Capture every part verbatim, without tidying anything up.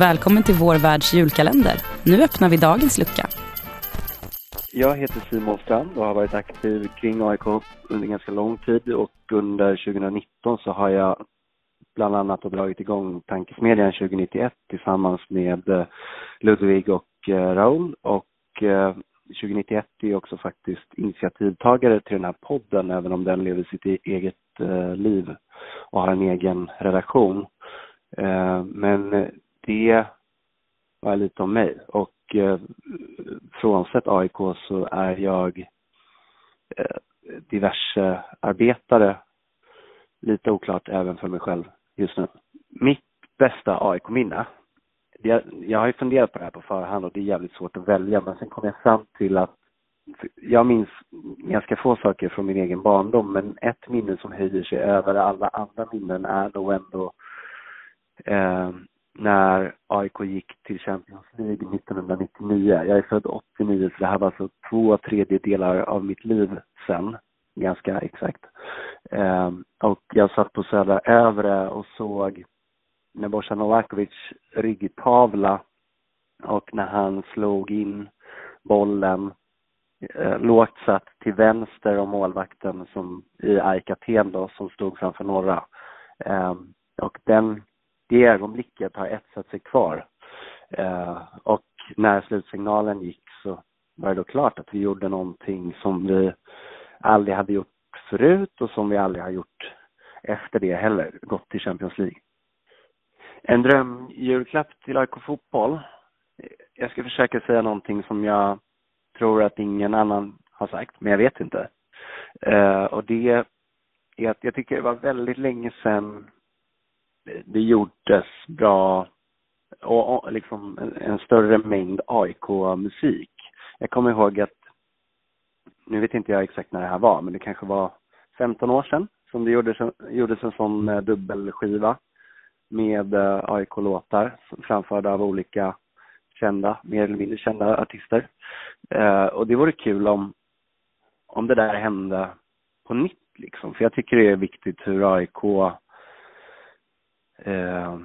Välkommen till vår världs julkalender. Nu öppnar vi dagens lucka. Jag heter Simon Strand och har varit aktiv kring A I K under ganska lång tid. Och under tjugonitton så har jag bland annat dragit igång Tankesmedjan tjugonittioett tillsammans med Ludvig och Raoul. Och tjugonittioett är också faktiskt initiativtagare till den här podden, även om den lever sitt eget liv och har en egen redaktion. Men det var lite om mig. Och frånsett A I K så är jag diverse arbetare, lite oklart även för mig själv just nu. Mitt bästa A I K-minne, jag, jag har ju funderat på det här på förhand och det är jävligt svårt att välja, men sen kom jag fram till att jag minns ganska få saker från min egen barndom, men ett minne som höjer sig över alla andra minnen är nog ändå eh, när A I K gick till Champions League nittonhundranittionio. Jag är född åttionio, så det här var alltså två tredjedelar av mitt liv sen, ganska exakt. Eh, och jag satt på Södra Övre och såg när Bojan Novakovic ryggtavla och när han slog in bollen eh, lågt satt till vänster om målvakten som i Aik Aten då, som stod framför norra. Eh, och den det ögonblicket har etsat sig kvar. Eh, och när slutsignalen gick så var det då klart att vi gjorde någonting som vi aldrig hade gjort förut och som vi aldrig har gjort efter det heller, gått till Champions League. En drömjulklapp till A I K fotboll. Jag ska försöka säga någonting som jag tror att ingen annan har sagt, men jag vet inte. Eh, och det är att jag tycker det var väldigt länge sedan det gjordes bra och, och liksom en, en större mängd A I K-musik. Jag kommer ihåg att, nu vet inte jag exakt när det här var, men det kanske var femton år sedan som det gjordes, gjordes en sån uh, dubbelskiva med uh, A I K-låtar framförda av olika kända, mer eller mindre kända artister. Uh, och det vore kul om, om det där hände på nytt liksom, för jag tycker det är viktigt hur A I K Eh,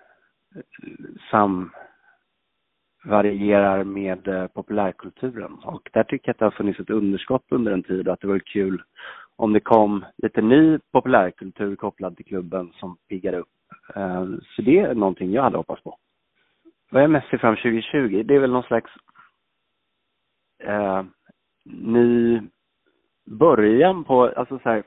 sam varierar med eh, populärkulturen, och där tycker jag att det har funnits ett underskott under en tid och att det var kul om det kom lite ny populärkultur kopplad till klubben som piggar upp. Eh, så det är någonting jag hade hoppats på. Vad är mest fram tjugo tjugo? Det är väl någon slags eh, ny början på, alltså så här,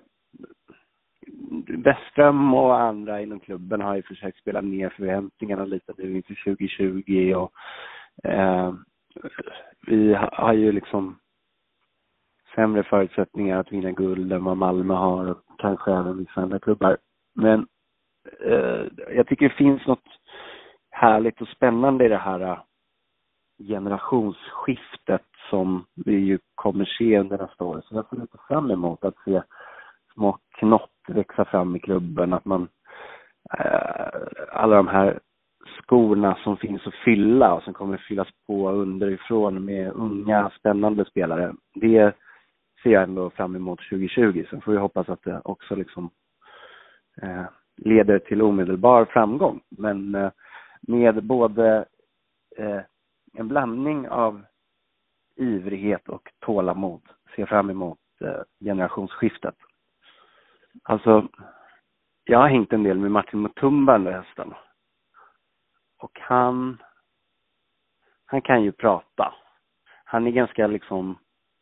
Westström och andra inom klubben har ju försökt spela ner förväntningarna lite nu inför tjugo tjugo, och eh, vi har ju liksom sämre förutsättningar att vinna guld än vad Malmö har och kanske även vissa andra klubbar. Men eh, jag tycker det finns något härligt och spännande i det här generationsskiftet som vi ju kommer se under nästa år. Så jag ser lite fram emot att se små knopp växa fram i klubben, att man äh, alla de här skorna som finns att fylla och som kommer fyllas på underifrån med unga spännande spelare, det ser jag ändå fram emot tjugo tjugo. Sen får vi hoppas att det också liksom äh, leder till omedelbar framgång, men äh, med både äh, en blandning av ivrighet och tålamod ser fram emot äh, generationsskiftet. Alltså, jag har hängt en del med Martin Mutumba under hösten. Och han, han kan ju prata. Han är ganska liksom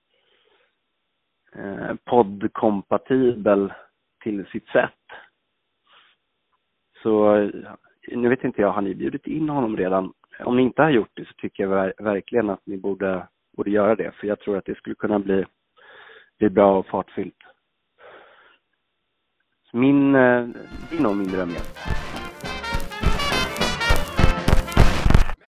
eh, poddkompatibel till sitt sätt. Så nu vet inte jag, har ni bjudit in honom redan? Om ni inte har gjort det så tycker jag ver- verkligen att ni borde, borde göra det. För jag tror att det skulle kunna bli, bli bra och fartfyllt. Min, din och min dröm, ja.